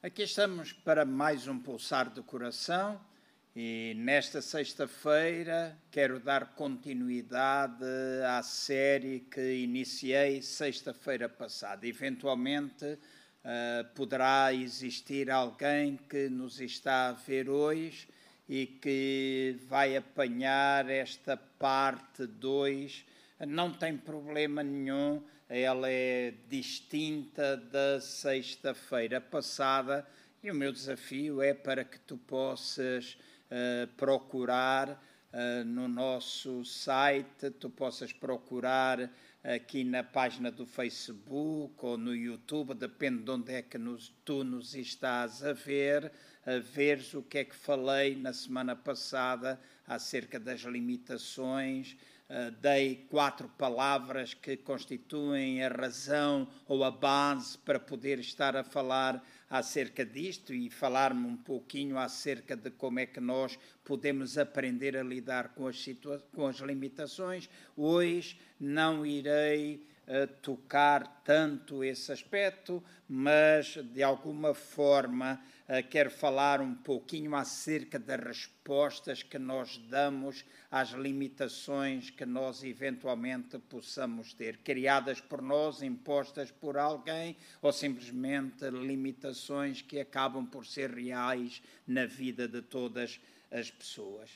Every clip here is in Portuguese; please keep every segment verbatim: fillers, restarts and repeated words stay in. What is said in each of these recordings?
Aqui estamos para mais um Pulsar do Coração e nesta sexta-feira quero dar continuidade à série que iniciei sexta-feira passada. Eventualmente uh, poderá existir alguém que nos está a ver hoje e que vai apanhar esta parte dois. Não tem problema nenhum, ela é distinta da sexta-feira passada e o meu desafio é para que tu possas uh, procurar uh, no nosso site, tu possas procurar aqui na página do Facebook ou no YouTube, depende de onde é que nos, tu nos estás a ver, a veres o que é que falei na semana passada acerca das limitações. Uh, dei quatro palavras que constituem a razão ou a base para poder estar a falar acerca disto e falar-me um pouquinho acerca de como é que nós podemos aprender a lidar com as, situa- com as limitações. Hoje não irei uh, tocar tanto esse aspecto, mas de alguma forma uh, quero falar um pouquinho acerca das respostas que nós damos às limitações que nós eventualmente possamos ter, criadas por nós, impostas por alguém, ou simplesmente limitações que acabam por ser reais na vida de todas as pessoas.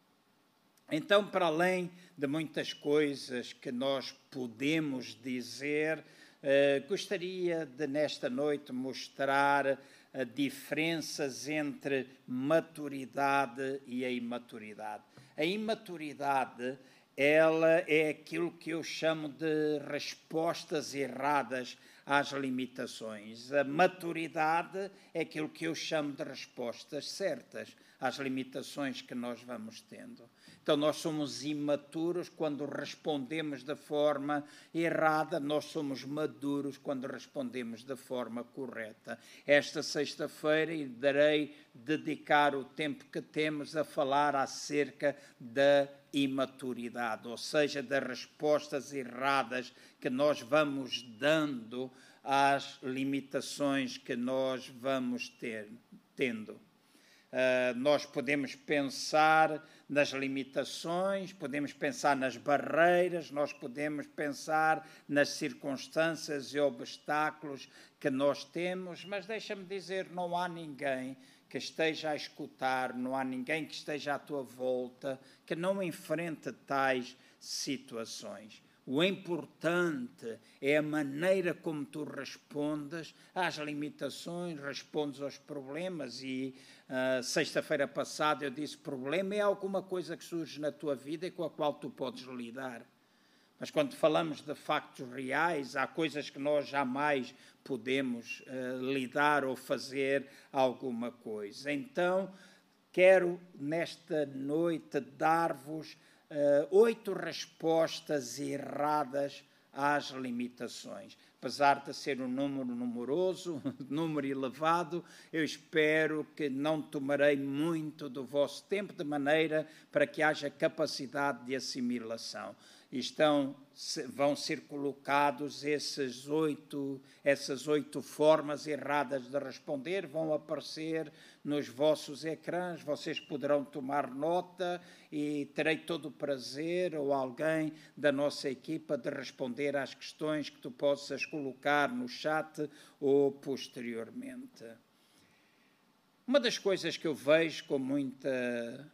Então, para além de muitas coisas que nós podemos dizer, eh, gostaria de nesta noite mostrar a diferenças entre maturidade e a imaturidade. A imaturidade, ela é aquilo que eu chamo de respostas erradas às limitações. A maturidade é aquilo que eu chamo de respostas certas às limitações que nós vamos tendo. Então, nós somos imaturos quando respondemos da forma errada, nós somos maduros quando respondemos da forma correta. Esta sexta-feira irei dedicar o tempo que temos a falar acerca da imaturidade, ou seja, das respostas erradas que nós vamos dando às limitações que nós vamos ter, tendo. Uh, nós podemos pensar nas limitações, podemos pensar nas barreiras, nós podemos pensar nas circunstâncias e obstáculos que nós temos, mas deixa-me dizer, não há ninguém que esteja a escutar, não há ninguém que esteja à tua volta que não enfrente tais situações. O importante é a maneira como tu respondes às limitações, respondes aos problemas e uh, sexta-feira passada eu disse, problema é alguma coisa que surge na tua vida e com a qual tu podes lidar. Mas quando falamos de factos reais, há coisas que nós jamais podemos uh, lidar ou fazer alguma coisa. Então, quero nesta noite dar-vos Uh, oito respostas erradas às limitações. Apesar de ser um número numeroso, um número elevado, eu espero que não tomarei muito do vosso tempo, de maneira para que haja capacidade de assimilação. Estão, vão ser colocados esses oito, essas oito formas erradas de responder, vão aparecer nos vossos ecrãs, vocês poderão tomar nota e terei todo o prazer, ou alguém da nossa equipa, de responder às questões que tu possas colocar no chat ou posteriormente. Uma das coisas que eu vejo com muita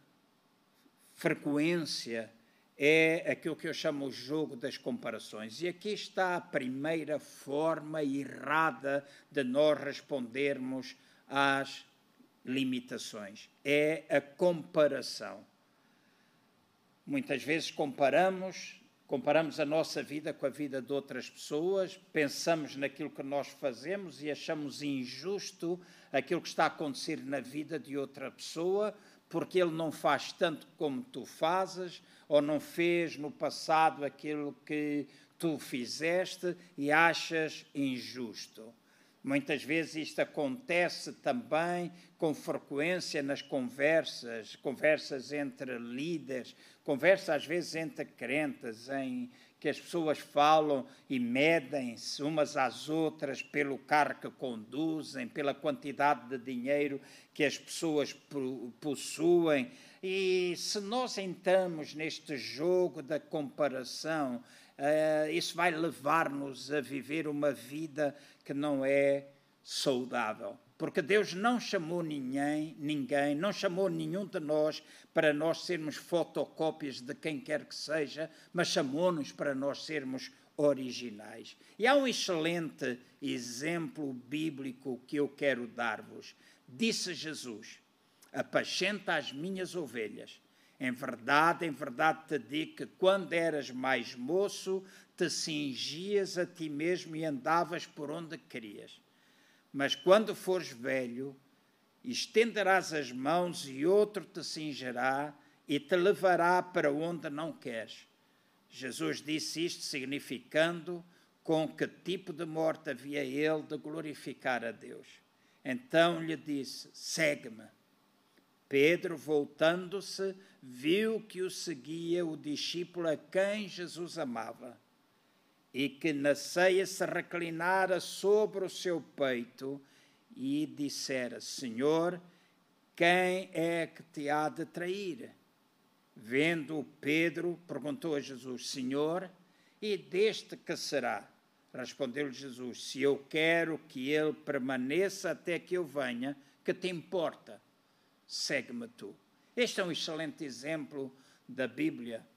frequência é aquilo que eu chamo o jogo das comparações. E aqui está a primeira forma errada de nós respondermos às limitações. É a comparação. Muitas vezes comparamos, comparamos a nossa vida com a vida de outras pessoas, pensamos naquilo que nós fazemos e achamos injusto aquilo que está a acontecer na vida de outra pessoa, porque ele não faz tanto como tu fazes, ou não fez no passado aquilo que tu fizeste e achas injusto. Muitas vezes isto acontece também com frequência nas conversas, conversas entre líderes, conversas às vezes entre crentes, em que as pessoas falam e medem-se umas às outras pelo carro que conduzem, pela quantidade de dinheiro que as pessoas possuem. E se nós entramos neste jogo da comparação, uh, isso vai levar-nos a viver uma vida que não é saudável. Porque Deus não chamou ninguém, ninguém, não chamou nenhum de nós para nós sermos fotocópias de quem quer que seja, mas chamou-nos para nós sermos originais. E há um excelente exemplo bíblico que eu quero dar-vos. Disse Jesus: apacenta as minhas ovelhas. Em verdade, em verdade te digo que quando eras mais moço, te cingias a ti mesmo e andavas por onde querias. Mas quando fores velho, estenderás as mãos e outro te cingerá e te levará para onde não queres. Jesus disse isto significando com que tipo de morte havia ele de glorificar a Deus. Então lhe disse: segue-me. Pedro, voltando-se, viu que o seguia o discípulo a quem Jesus amava, e que na ceia se reclinara sobre o seu peito e dissera: Senhor, quem é que te há de trair? Vendo-o, Pedro perguntou a Jesus: Senhor, e deste que será? Respondeu-lhe Jesus: se eu quero que ele permaneça até que eu venha, que te importa? Segue-me tu. Este é um excelente exemplo da Bíblia,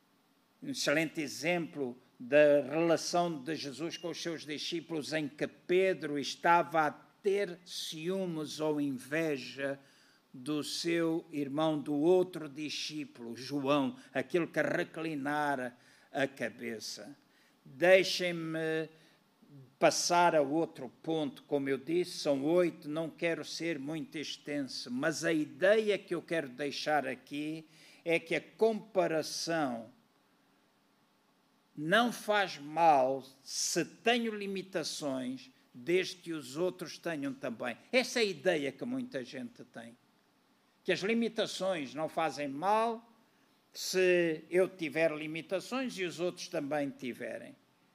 um excelente exemplo da relação de Jesus com os seus discípulos, em que Pedro estava a ter ciúmes ou inveja do seu irmão, do outro discípulo, João, aquele que reclinara a cabeça. Deixem-me passar a outro ponto. Como eu disse, são oito, não quero ser muito extenso, mas a ideia que eu quero deixar aqui é que a comparação não faz mal se tenho limitações, desde que os outros tenham também. Essa é a ideia que muita gente tem. Que as limitações não fazem mal se eu tiver limitações e os outros também tiverem.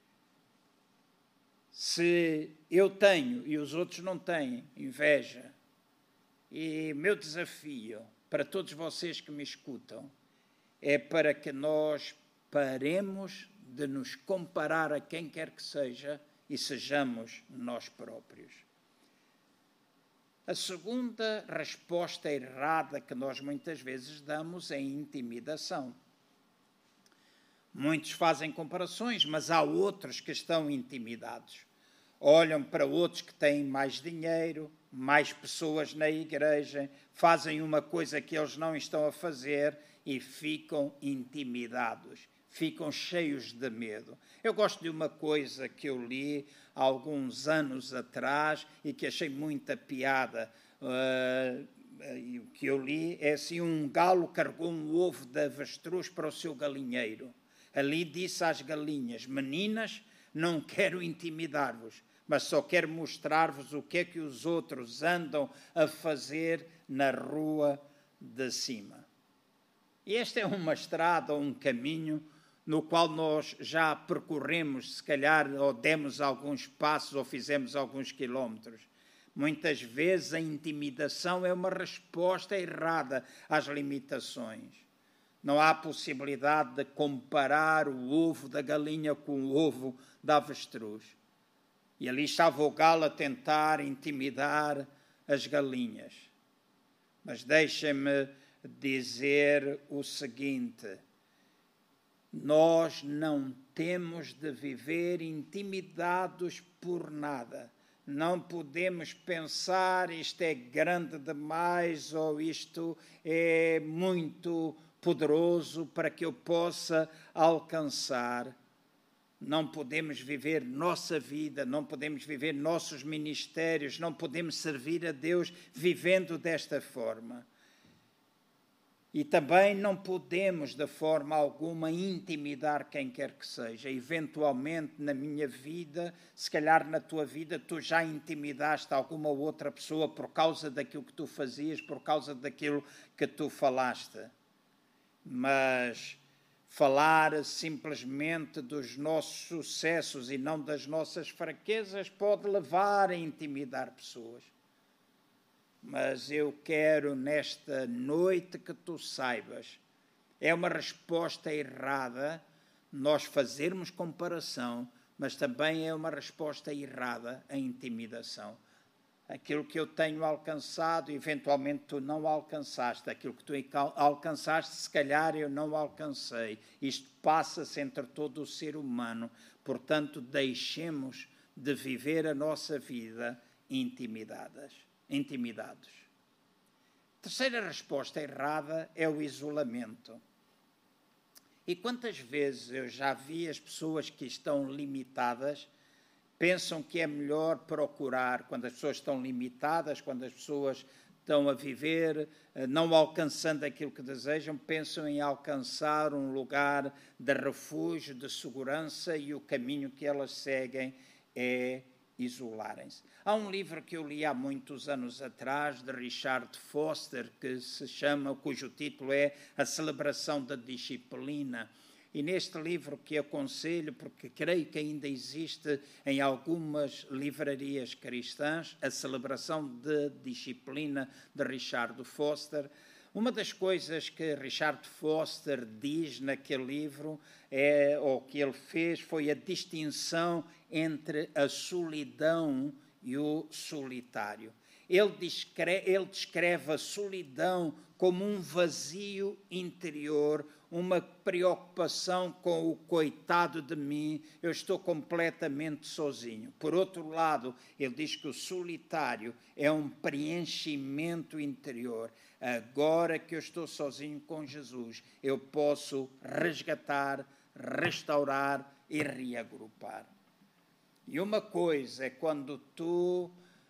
Se eu tenho e os outros não têm inveja. E meu desafio para todos vocês que me escutam é para que nós paremos de nos comparar a quem quer que seja e sejamos nós próprios. A segunda resposta errada que nós muitas vezes damos é intimidação. Muitos fazem comparações, mas há outros que estão intimidados. Olham para outros que têm mais dinheiro, mais pessoas na igreja, fazem uma coisa que eles não estão a fazer e ficam intimidados, ficam cheios de medo. Eu gosto de uma coisa que eu li há alguns anos atrás e que achei muita piada. Uh, e o que eu li é assim: um galo carregou um ovo de avestruz para o seu galinheiro. Ali disse às galinhas: meninas, não quero intimidar-vos, mas só quero mostrar-vos o que é que os outros andam a fazer na rua de cima. E esta é uma estrada, um caminho, no qual nós já percorremos, se calhar, ou demos alguns passos, ou fizemos alguns quilómetros. Muitas vezes a intimidação é uma resposta errada às limitações. Não há possibilidade de comparar o ovo da galinha com o ovo da avestruz. E ali estava o galo a tentar intimidar as galinhas. Mas deixem-me dizer o seguinte: nós não temos de viver intimidados por nada. Não podemos pensar isto é grande demais ou isto é muito poderoso para que eu possa alcançar. Não podemos viver nossa vida, não podemos viver nossos ministérios, não podemos servir a Deus vivendo desta forma. E também não podemos, de forma alguma, intimidar quem quer que seja. Eventualmente, na minha vida, se calhar na tua vida, tu já intimidaste alguma outra pessoa por causa daquilo que tu fazias, por causa daquilo que tu falaste. Mas Falar simplesmente dos nossos sucessos e não das nossas fraquezas pode levar a intimidar pessoas. Mas eu quero nesta noite que tu saibas, é uma resposta errada nós fazermos comparação, mas também é uma resposta errada a intimidação. Aquilo que eu tenho alcançado, eventualmente tu não alcançaste. Aquilo que tu alcançaste, se calhar eu não alcancei. Isto passa-se entre todo o ser humano. Portanto, deixemos de viver a nossa vida intimidadas, intimidados. Terceira resposta errada é o isolamento. E quantas vezes eu já vi as pessoas que estão limitadas pensam que é melhor procurar, quando as pessoas estão limitadas, quando as pessoas estão a viver, não alcançando aquilo que desejam, pensam em alcançar um lugar de refúgio, de segurança, e o caminho que elas seguem é isolarem-se. Há um livro que eu li há muitos anos atrás, de Richard Foster, que se chama, cujo título é A Celebração da Disciplina. E neste livro que aconselho, porque creio que ainda existe em algumas livrarias cristãs, A Celebração de Disciplina, de Richard Foster, uma das coisas que Richard Foster diz naquele livro, é, ou que ele fez, foi a distinção entre a solidão e o solitário. Ele descreve, ele descreve a solidão como um vazio interior, uma preocupação com o coitado de mim, eu estou completamente sozinho. Por outro lado, ele diz que o solitário é um preenchimento interior. Agora que eu estou sozinho com Jesus, eu posso resgatar, restaurar e reagrupar. E uma coisa é quando tu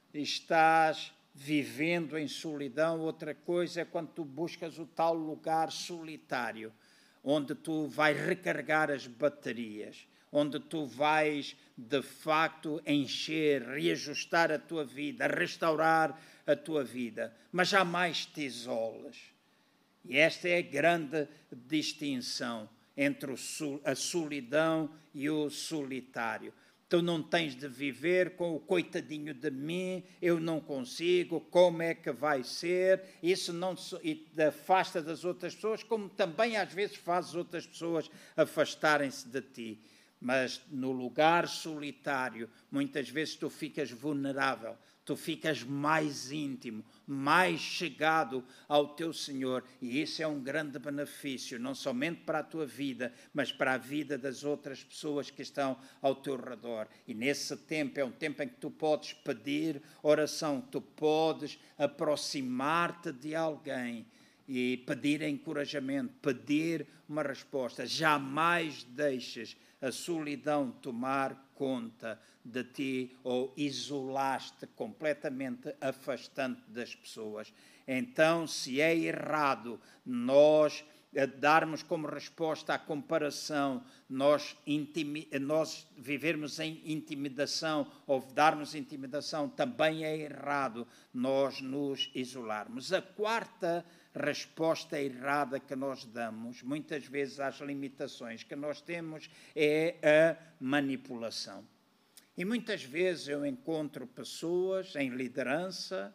estás vivendo em solidão, outra coisa é quando tu buscas o tal lugar solitário, onde tu vais recarregar as baterias, onde tu vais, de facto, encher, reajustar a tua vida, restaurar a tua vida, mas jamais te isolas. E esta é a grande distinção entre a solidão e o solitário. Tu não tens de viver com o coitadinho de mim, eu não consigo, como é que vai ser? Isso não te afasta das outras pessoas, como também às vezes faz outras pessoas afastarem-se de ti. Mas no lugar solitário, muitas vezes tu ficas vulnerável, tu ficas mais íntimo, mais chegado ao teu Senhor. E isso é um grande benefício, não somente para a tua vida, mas para a vida das outras pessoas que estão ao teu redor. E nesse tempo, é um tempo em que tu podes pedir oração, tu podes aproximar-te de alguém e pedir encorajamento, pedir uma resposta. Jamais deixes a solidão tomar conta de ti ou isolar-te completamente, afastando das pessoas. Então, se é errado nós darmos como resposta à comparação, nós, intimi- nós vivermos em intimidação ou darmos intimidação, também é errado nós nos isolarmos. A quarta resposta errada que nós damos, muitas vezes às limitações que nós temos, é a manipulação. E muitas vezes eu encontro pessoas em liderança,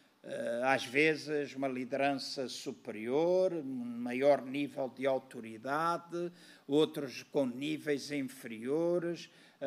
às vezes uma liderança superior, um maior nível de autoridade, outros com níveis inferiores,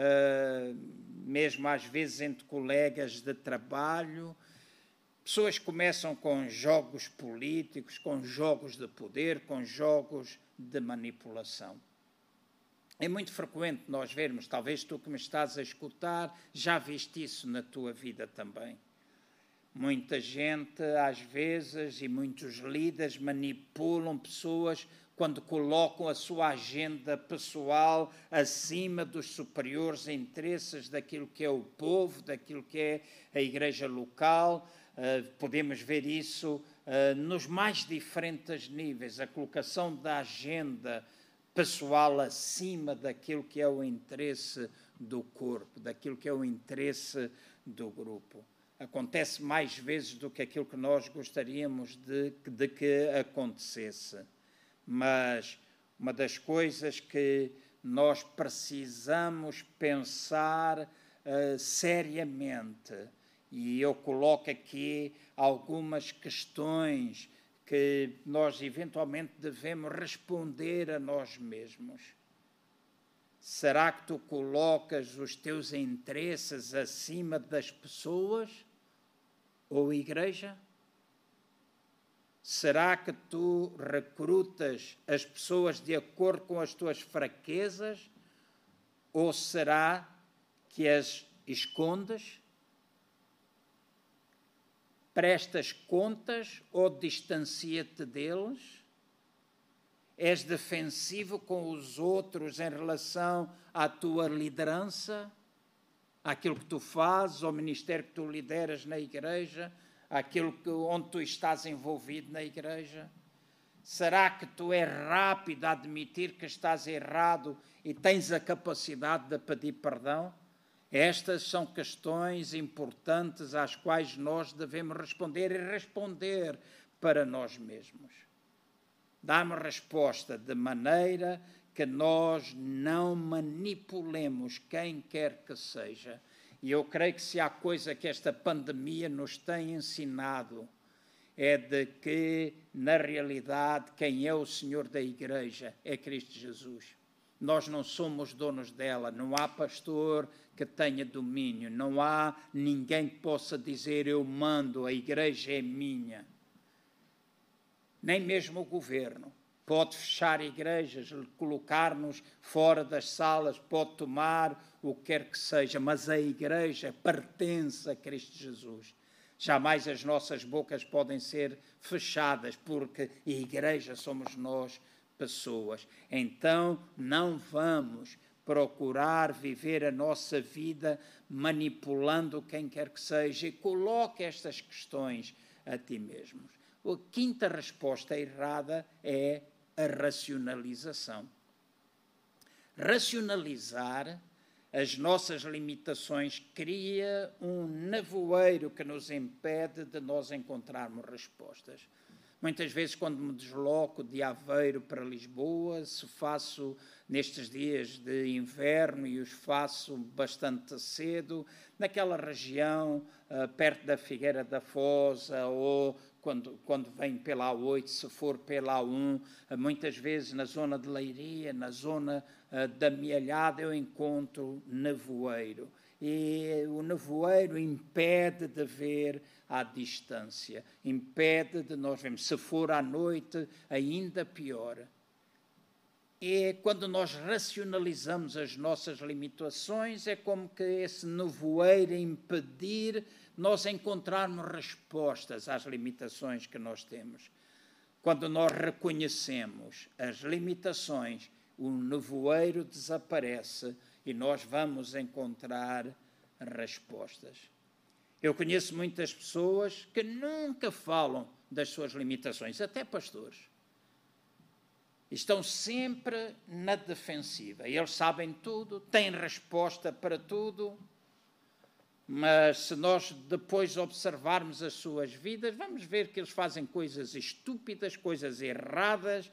mesmo às vezes entre colegas de trabalho. Pessoas começam com jogos políticos, com jogos de poder, com jogos de manipulação. É muito frequente nós vermos, talvez tu que me estás a escutar, já viste isso na tua vida também. Muita gente, às vezes, e muitos líderes manipulam pessoas quando colocam a sua agenda pessoal acima dos superiores interesses daquilo que é o povo, daquilo que é a igreja local. Uh, podemos ver isso uh, nos mais diferentes níveis, a colocação da agenda pessoal acima daquilo que é o interesse do corpo, daquilo que é o interesse do grupo. Acontece mais vezes do que aquilo que nós gostaríamos de, de que acontecesse. Mas uma das coisas que nós precisamos pensar uh, seriamente, e eu coloco aqui algumas questões que nós eventualmente devemos responder a nós mesmos. Será que tu colocas os teus interesses acima das pessoas ou igreja? Será que tu recrutas as pessoas de acordo com as tuas fraquezas ou será que as escondes? Prestas contas ou distancia-te deles? És defensivo com os outros em relação à tua liderança, àquilo que tu fazes, ao ministério que tu lideras na igreja, àquilo que, onde tu estás envolvido na igreja? Será que tu és rápido a admitir que estás errado e tens a capacidade de pedir perdão? Estas são questões importantes às quais nós devemos responder e responder para nós mesmos. Dá-me resposta de maneira que nós não manipulemos quem quer que seja. E eu creio que se há coisa que esta pandemia nos tem ensinado é de que, na realidade, quem é o Senhor da Igreja é Cristo Jesus. Nós não somos donos dela, não há pastor que tenha domínio, não há ninguém que possa dizer eu mando, a igreja é minha. Nem mesmo o governo pode fechar igrejas, colocar-nos fora das salas, pode tomar o que quer que seja, mas a igreja pertence a Cristo Jesus. Jamais as nossas bocas podem ser fechadas, porque a igreja somos nós, pessoas. Então, não vamos procurar viver a nossa vida manipulando quem quer que seja, e coloque estas questões a ti mesmos. A quinta resposta errada é a racionalização. Racionalizar as nossas limitações cria um nevoeiro que nos impede de nós encontrarmos respostas. Muitas vezes, quando me desloco de Aveiro para Lisboa, se faço nestes dias de inverno e os faço bastante cedo, naquela região, uh, perto da Figueira da Foz, ou quando, quando vem pela A oito, se for pela A um, uh, muitas vezes na zona de Leiria, na zona uh, da Mielhada, eu encontro nevoeiro. E o nevoeiro impede de ver à distância, impede de nós vermos. Se for à noite, ainda pior. E quando nós racionalizamos as nossas limitações, é como que esse nevoeiro impedir nós encontrarmos respostas às limitações que nós temos. Quando nós reconhecemos as limitações, o nevoeiro desaparece e nós vamos encontrar respostas. Eu conheço muitas pessoas que nunca falam das suas limitações, até pastores. Estão sempre na defensiva. Eles sabem tudo, têm resposta para tudo, mas se nós depois observarmos as suas vidas, vamos ver que eles fazem coisas estúpidas, coisas erradas,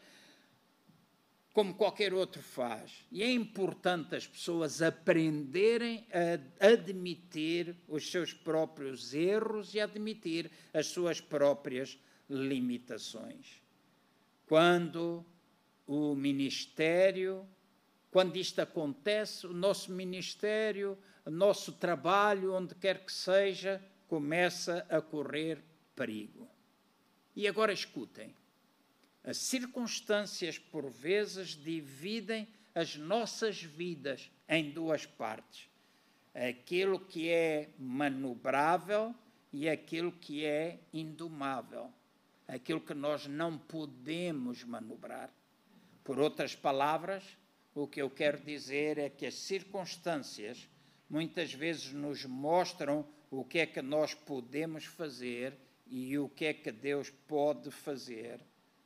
como qualquer outro faz. E é importante as pessoas aprenderem a admitir os seus próprios erros e admitir as suas próprias limitações. Quando o ministério, quando isto acontece, o nosso ministério, o nosso trabalho, onde quer que seja, começa a correr perigo. E agora escutem. As circunstâncias, por vezes, dividem as nossas vidas em duas partes. Aquilo que é manobrável e aquilo que é indomável. Aquilo que nós não podemos manobrar. Por outras palavras, o que eu quero dizer é que as circunstâncias muitas vezes nos mostram o que é que nós podemos fazer e o que é que Deus pode fazer,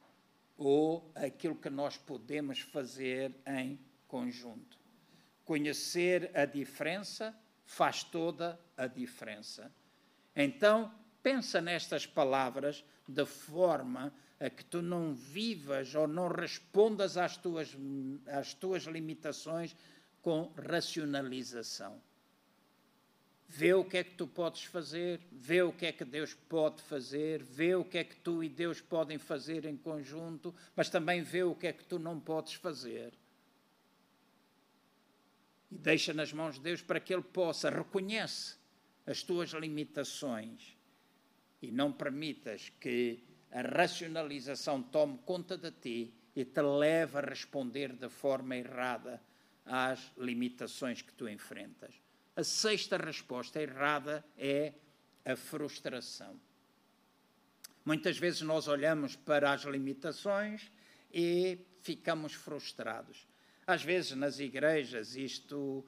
ou aquilo que nós podemos fazer em conjunto. Conhecer a diferença faz toda a diferença. Então, pensa nestas palavras de forma a que tu não vivas ou não respondas às tuas, às tuas limitações com racionalização. Vê o que é que tu podes fazer, vê o que é que Deus pode fazer, vê o que é que tu e Deus podem fazer em conjunto, mas também vê o que é que tu não podes fazer. E deixa nas mãos de Deus para que Ele possa, reconhece as tuas limitações e não permitas que a racionalização tome conta de ti e te leve a responder de forma errada às limitações que tu enfrentas. A sexta resposta errada é a frustração. Muitas vezes nós olhamos para as limitações e ficamos frustrados. Às vezes nas igrejas isto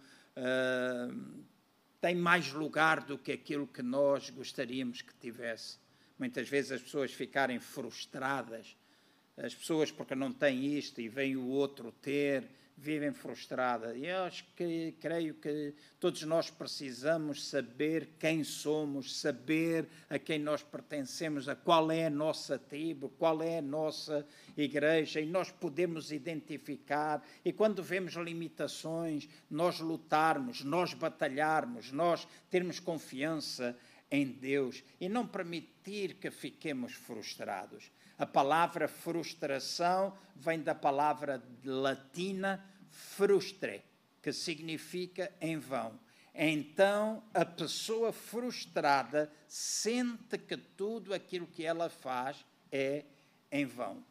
uh, tem mais lugar do que aquilo que nós gostaríamos que tivesse. Muitas vezes as pessoas ficarem frustradas, as pessoas porque não têm isto e vem o outro ter, vivem frustradas. E eu acho que, creio que todos nós precisamos saber quem somos, saber a quem nós pertencemos, a qual é a nossa tribo, qual é a nossa igreja, e nós podemos identificar, e quando vemos limitações, nós lutarmos, nós batalharmos, nós termos confiança em Deus e não permitir que fiquemos frustrados. A palavra frustração vem da palavra latina frustre, que significa em vão. Então, a pessoa frustrada sente que tudo aquilo que ela faz é em vão.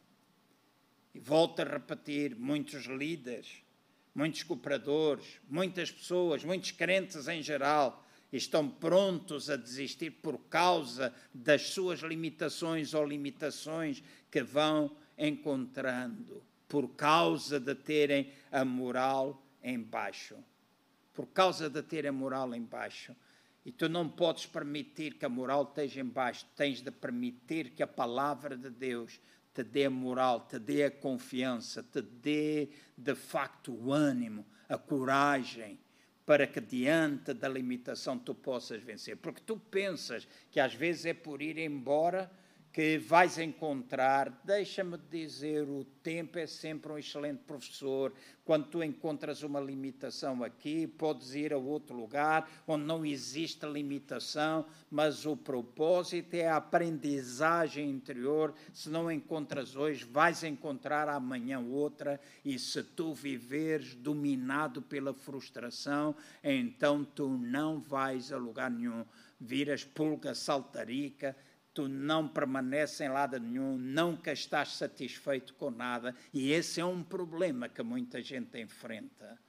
E volto a repetir, muitos líderes, muitos cooperadores, muitas pessoas, muitos crentes em geral, estão prontos a desistir por causa das suas limitações ou limitações que vão encontrando, por causa de terem a moral em baixo. Por causa de terem a moral em baixo. E tu não podes permitir que a moral esteja em baixo, tens de permitir que a palavra de Deus te dê a moral, te dê a confiança, te dê de facto o ânimo, a coragem, para que diante da limitação tu possas vencer. Porque tu pensas que às vezes é por ir embora que vais encontrar, deixa-me dizer, o tempo é sempre um excelente professor. Quando tu encontras uma limitação aqui, podes ir a outro lugar onde não existe limitação, mas o propósito é a aprendizagem interior. Se não encontras hoje, vais encontrar amanhã outra, e se tu viveres dominado pela frustração, então tu não vais a lugar nenhum. Viras pulga saltarica, tu não permaneces em lado nenhum, nunca estás satisfeito com nada, e esse é um problema que muita gente enfrenta.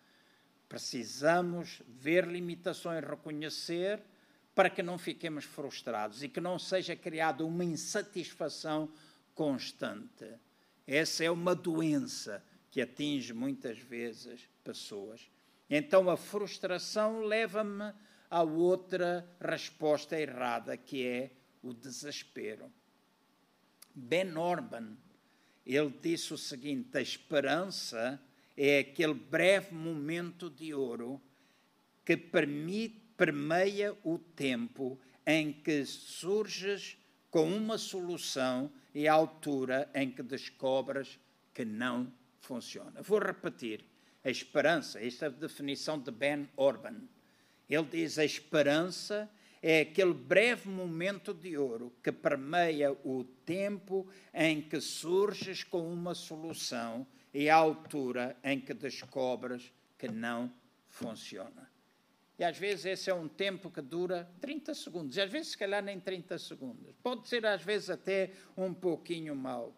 Precisamos ver limitações, reconhecer, para que não fiquemos frustrados e que não seja criada uma insatisfação constante. Essa é uma doença que atinge muitas vezes pessoas. Então a frustração leva-me a outra resposta errada, que é o desespero. Ben Orban, ele disse o seguinte: a esperança é aquele breve momento de ouro que permite, permeia o tempo em que surges com uma solução e a altura em que descobres que não funciona. Vou repetir. A esperança, esta é a definição de Ben Orban. Ele diz: a esperança é aquele breve momento de ouro que permeia o tempo em que surges com uma solução e a altura em que descobres que não funciona. E às vezes esse é um tempo que dura trinta segundos, e às vezes se calhar nem trinta segundos. Pode ser às vezes até um pouquinho mau.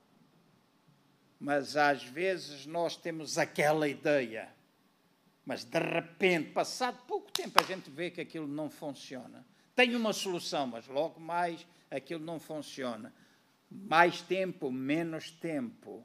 Mas às vezes nós temos aquela ideia, mas de repente, passado pouco tempo, a gente vê que aquilo não funciona. Tem uma solução, mas logo mais aquilo não funciona. Mais tempo, menos tempo.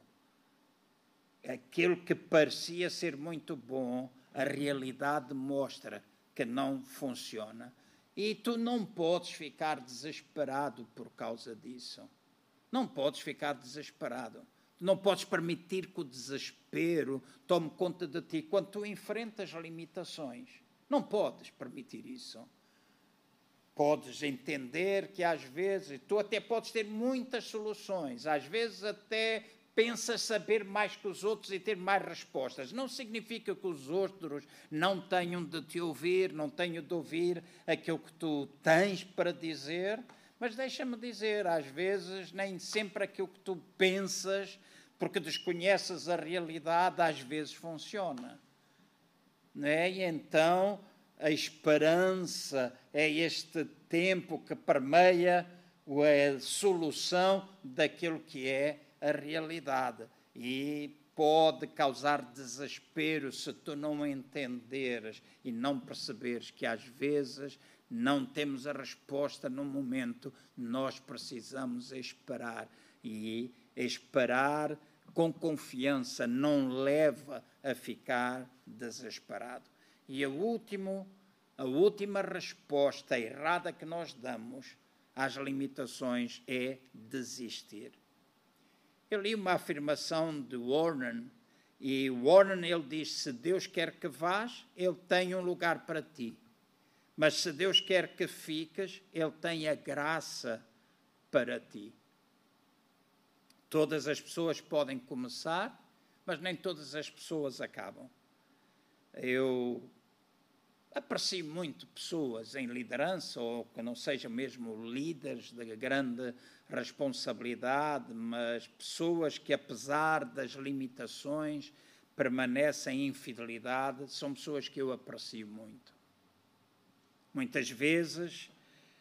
Aquilo que parecia ser muito bom, a realidade mostra que não funciona. E tu não podes ficar desesperado por causa disso. Não podes ficar desesperado. Não podes permitir que o desespero tome conta de ti quando tu enfrentas limitações. Não podes permitir isso. podes entender que às vezes, tu até podes ter muitas soluções, às vezes até pensas saber mais que os outros e ter mais respostas. Não significa que os outros não tenham de te ouvir, não tenham de ouvir aquilo que tu tens para dizer, mas deixa-me dizer, às vezes nem sempre aquilo que tu pensas, porque desconheces a realidade, às vezes funciona. Não é? E então a esperança é este tempo que permeia a solução daquilo que é a realidade. E pode causar desespero se tu não entenderes e não perceberes que às vezes não temos a resposta no momento, nós precisamos esperar. E esperar com confiança não leva a ficar desesperado. E a, último, a última resposta errada que nós damos às limitações é desistir. Eu li uma afirmação de Warren, e Warren ele diz, se Deus quer que vás, Ele tem um lugar para ti. Mas se Deus quer que fiques, Ele tem a graça para ti. Todas as pessoas podem começar, mas nem todas as pessoas acabam. Eu aprecio muito pessoas em liderança, ou que não sejam mesmo líderes de grande responsabilidade, mas pessoas que, apesar das limitações, permanecem em fidelidade, são pessoas que eu aprecio muito. Muitas vezes,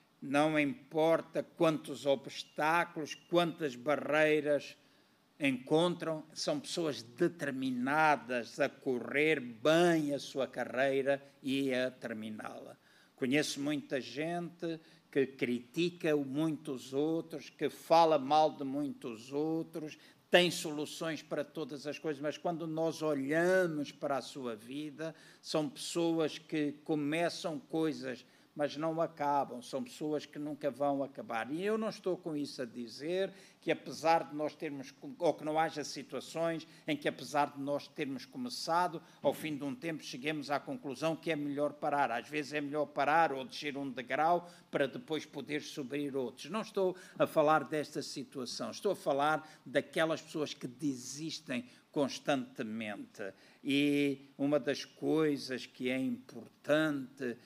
não importa quantos obstáculos, quantas barreiras encontram, são pessoas determinadas a correr bem a sua carreira e a terminá-la. Conheço muita gente que critica muitos outros, que fala mal de muitos outros, tem soluções para todas as coisas, mas quando nós olhamos para a sua vida, são pessoas que começam coisas mas não acabam, são pessoas que nunca vão acabar. E eu não estou com isso a dizer que apesar de nós termos, ou que não haja situações em que apesar de nós termos começado, ao fim de um tempo cheguemos à conclusão que é melhor parar. Às vezes é melhor parar ou descer um degrau para depois poder subir outros. Não estou a falar desta situação, estou a falar daquelas pessoas que desistem constantemente. E uma das coisas que é importante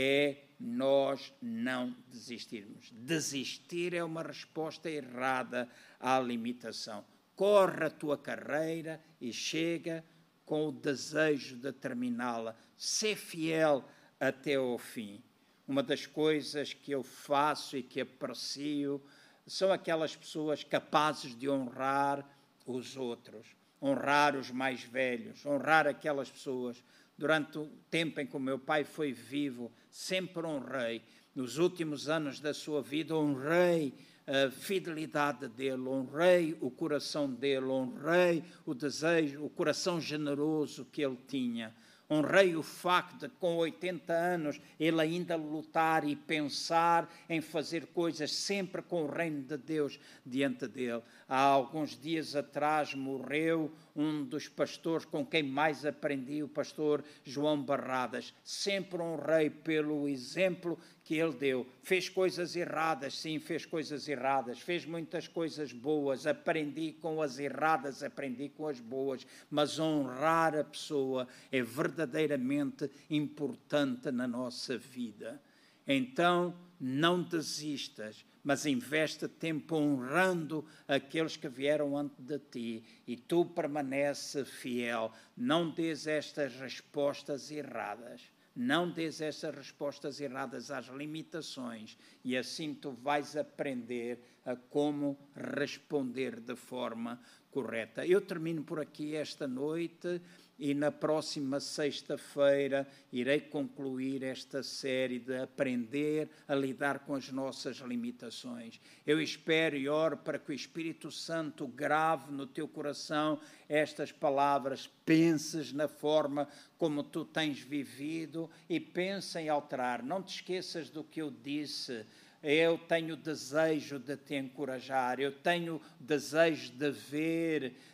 é nós não desistirmos. Desistir é uma resposta errada à limitação. Corre a tua carreira e chega com o desejo de terminá-la. Sê fiel até ao fim. Uma das coisas que eu faço e que aprecio são aquelas pessoas capazes de honrar os outros, honrar os mais velhos, honrar aquelas pessoas. Durante o tempo em que o meu pai foi vivo, sempre honrei. Nos últimos anos da sua vida, honrei a fidelidade dele, honrei o coração dele, honrei o desejo, o coração generoso que ele tinha. Honrei o facto de, com oitenta anos, ele ainda lutar e pensar em fazer coisas sempre com o reino de Deus diante dele. Há alguns dias atrás morreu um dos pastores com quem mais aprendi, o pastor João Barradas. Sempre honrei pelo exemplo que ele deu. Fez coisas erradas, sim, fez coisas erradas. Fez muitas coisas boas. Aprendi com as erradas, aprendi com as boas. Mas honrar a pessoa é verdadeiramente importante na nossa vida. Então, não desistas, mas investe tempo honrando aqueles que vieram antes de ti e tu permanece fiel. Não dês estas respostas erradas. Não dês estas respostas erradas às limitações e assim tu vais aprender a como responder de forma correta. Eu termino por aqui esta noite e na próxima sexta-feira irei concluir esta série de aprender a lidar com as nossas limitações. Eu espero e oro para que o Espírito Santo grave no teu coração estas palavras, penses na forma como tu tens vivido e pense em alterar. Não te esqueças do que eu disse. Eu tenho desejo de te encorajar, eu tenho desejo de ver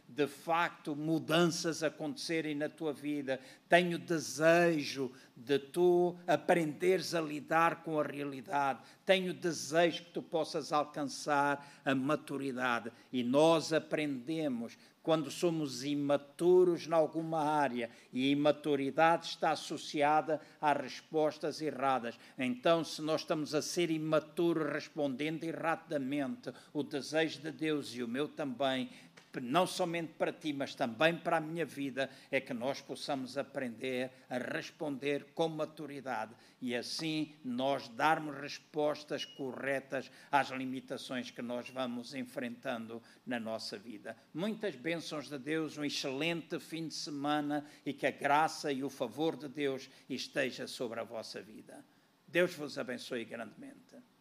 de facto mudanças acontecerem na tua vida. Tenho desejo de tu aprenderes a lidar com a realidade. Tenho desejo que tu possas alcançar a maturidade. E nós aprendemos quando somos imaturos em alguma área, e a imaturidade está associada a respostas erradas. Então, se nós estamos a ser imaturos respondendo erradamente, o desejo de Deus e o meu também, não somente para ti, mas também para a minha vida, é que nós possamos aprender a responder com maturidade e assim nós darmos respostas corretas às limitações que nós vamos enfrentando na nossa vida. Muitas bênçãos de Deus, um excelente fim de semana e que a graça e o favor de Deus esteja sobre a vossa vida. Deus vos abençoe grandemente.